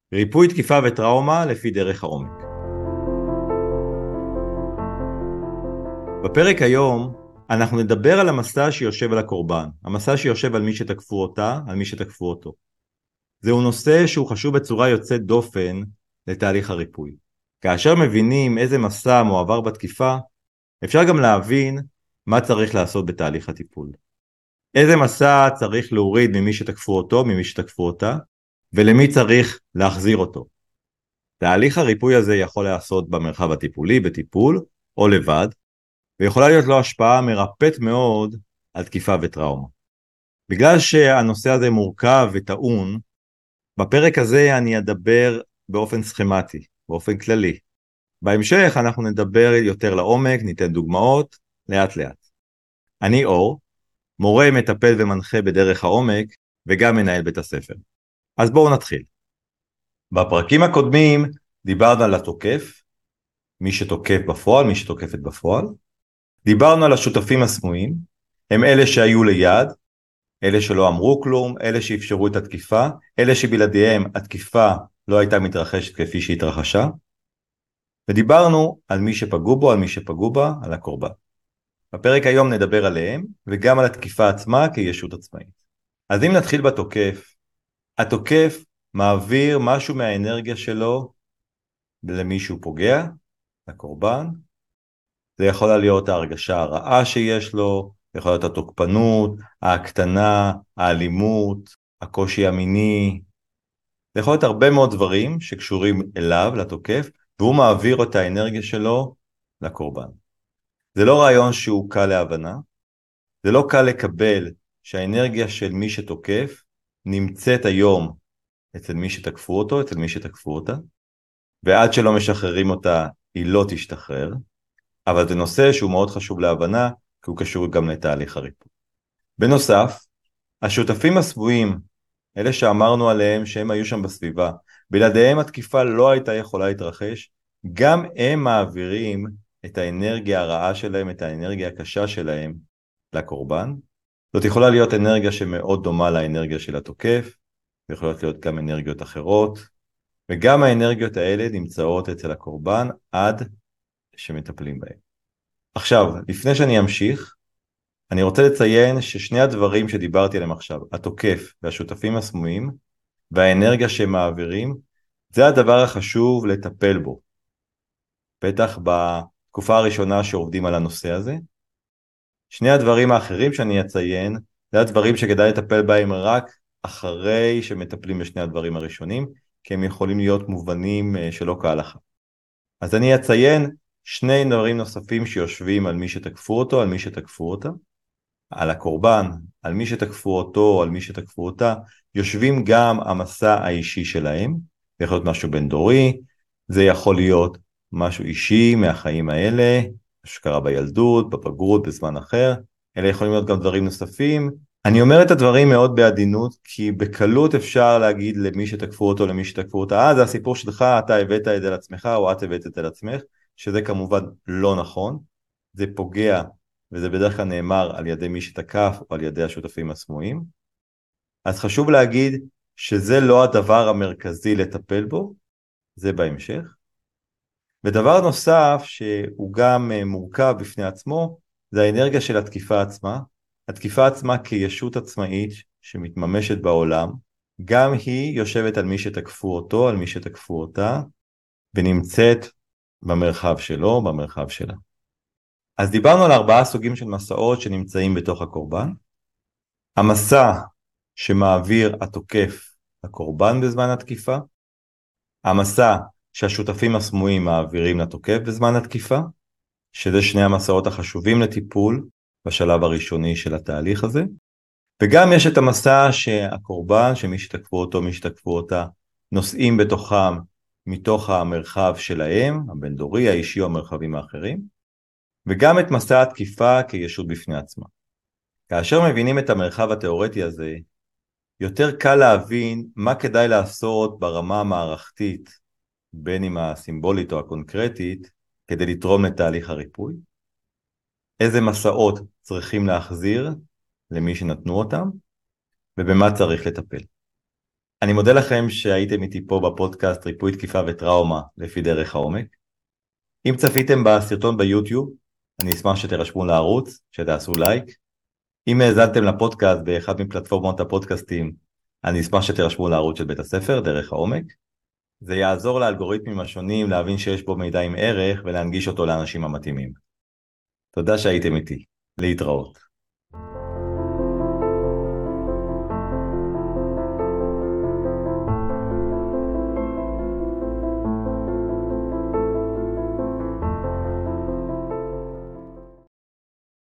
ריפוי תקיפה וטראומה לפי דרך העומק. בפרק היום אנחנו נדבר על המסע שיושב על הקורבן, המסע שיושב על מי שתקפו אותה, על מי שתקפו אותו. זהו נושא שהוא חשוב בצורה יוצאת דופן לתהליך הריפוי. כאשר מבינים איזה מסע מועבר בתקיפה, אפשר גם להבין מה צריך לעשות בתהליך הטיפול. איזה מסע צריך להוריד ממי שתקפו אותו, ממי שתקפו אותה, ולמי צריך להחזיר אותו. תהליך הריפוי הזה יכול לעשות במרחב הטיפולי, בטיפול, או לבד, ויכולה להיות לו השפעה מרפאת מאוד על תקיפה וטראומה. בגלל שהנושא הזה מורכב וטעון, בפרק הזה אני אדבר באופן סכמטי, באופן כללי. בהמשך אנחנו נדבר יותר לעומק, ניתן דוגמאות, לאט לאט. אני אור, מורה, מטפל ומנחה בדרך העומק, וגם מנהל בית הספר. אז בואו נתחיל. בפרקים הקודמים דיברנו על התוקף, מי שתוקף בפועל, מי שתוקפת בפועל. דיברנו על השותפים הסמויים, הם אלה שהיו ליד, אלה שלא אמרו כלום, אלה שאפשרו את התקיפה, אלה שבלעדיהם התקיפה לא הייתה מתרחשת כפי שהתרחשה. ודיברנו על מי שפגעו בו, על מי שפגעו בה, על הקורבן. בפרק היום נדבר עליהם, וגם על התקיפה עצמה כישות עצמאית. אז אם נתחיל בתוקף, התוקף מעביר משהו מהאנרגיה שלו למי שהוא פוגע, לקורבן. זה יכולה להיות ההרגשה הרעה שיש לו, זה יכול להיות התוקפנות, ההקטנה, האלימות, הקושי המיני. זה יכול להיות הרבה מאוד דברים שקשורים אליו, לתוקף, והוא מעביר את האנרגיה שלו לקורבן. זה לא רעיון שהוא קל להבנה, זה לא קל לקבל שהאנרגיה של מי שתוקף נמצאת היום אצל מי שתקפו אותו, אצל מי שתקפו אותה, ועד שלא משחררים אותה היא לא תשתחרר, אבל זה נושא שהוא מאוד חשוב להבנה, כי הוא קשור גם לתהליך הריפוי. בנוסף, השותפים הסבויים, אלה שאמרנו עליהם שהם היו שם בסביבה, בלעדיהם התקיפה לא הייתה יכולה להתרחש, גם הם מעבירים את האנרגיה הרעה שלהם, את האנרגיה הקשה שלהם לקורבן. זאת יכולה להיות אנרגיה שמאוד דומה לאנרגיה של התוקף, ויכולות להיות גם אנרגיות אחרות, וגם האנרגיות האלה נמצאות אצל הקורבן עד שמטפלים בהם. עכשיו, לפני שאני אמשיך, אני רוצה לציין ששני הדברים שדיברתי עליהם עכשיו, התוקף והשותפים הסמויים, והאנרגיה שהם מעבירים, זה הדבר החשוב לטפל בו. בטח בתקופה הראשונה שעובדים על הנושא הזה. שני הדברים האחרים שאני אציין, זה הדברים שכדאי לטפל בהם רק אחרי שמטפלים בשני הדברים הראשונים, כי הם יכולים להיות מובנים שלא כהלכה. אז אני אציין שני דברים נוספים שיושבים על מי שתקפו אותו, על מי שתקפו אותה, על הקורבן, על מי שתקפו אותו, על מי שתקפו אותה, יושבים גם המסע האישי שלהם, זה יכול להיות משהו בין דורי, זה יכול להיות משהו אישי מהחיים האלה, שקרה בילדות, בפגרות, בזמן אחר, אלה יכולים להיות גם דברים נוספים. אני אומר את הדברים מאוד בעדינות, כי בקלות אפשר להגיד למי שתקפו אותו, למי שתקפו אותה, זה הסיפור שלך, אתה הבאת את זה לעצמך, או את הבאת את זה לעצמך, שזה כמובן לא נכון, זה פוגע, וזה בדרך כלל נאמר על ידי מי שתקף, או על ידי השותפים הסמויים. אז חשוב להגיד שזה לא הדבר המרכזי לטפל בו, זה בהמשך. ודבר נוסף שהוא גם מורכב בפני עצמו, זה האנרגיה של התקיפה עצמה. התקיפה עצמה כישות עצמאית שמתממשת בעולם, גם היא יושבת על מי שתקפו אותו, על מי שתקפו אותה, ונמצאת במרחב שלו, במרחב שלה. אז דיברנו על 4 סוגים של מסעות שנמצאים בתוך הקורבן. המסע שמעביר התוקף לקורבן בזמן התקיפה, המסע שהשותפים הסמויים מעבירים לתוקף בזמן התקיפה, שזה שני המסעות החשובים לטיפול בשלב הראשוני של התהליך הזה, וגם יש את המסע שהקורבן, שמי שתקפו אותו, מי שתקפו אותה, נושאים בתוכם מתוך המרחב שלהם, הבין דורי, האישי או המרחבים האחרים, וגם את מסע התקיפה כישות בפני עצמה. כאשר מבינים את המרחב התיאורטי הזה, יותר קל להבין מה כדאי לעשות ברמה המערכתית, בין אם הסימבולית או הקונקרטית, כדי לתרום לתהליך הריפוי. איזה מסעות צריכים להחזיר למי שנתנו אותם, ובמה צריך לטפל. אני מודה לכם שהייתם איתי פה בפודקאסט ריפוי תקיפה וטראומה לפי דרך העומק. אם צפיתם בסרטון ביוטיוב, אני אשמח שתרשמו לערוץ, שתעשו לייק. אם האזנתם לפודקאסט באחד מפלטפורמות הפודקאסטים, אני אשמח שתרשמו לערוץ של בית הספר, דרך העומק. זה יעזור לאלגוריתמים השונים להבין שיש בו מידע עם ערך ולהנגיש אותו לאנשים המתאימים. תודה שהייתם איתי. להתראות.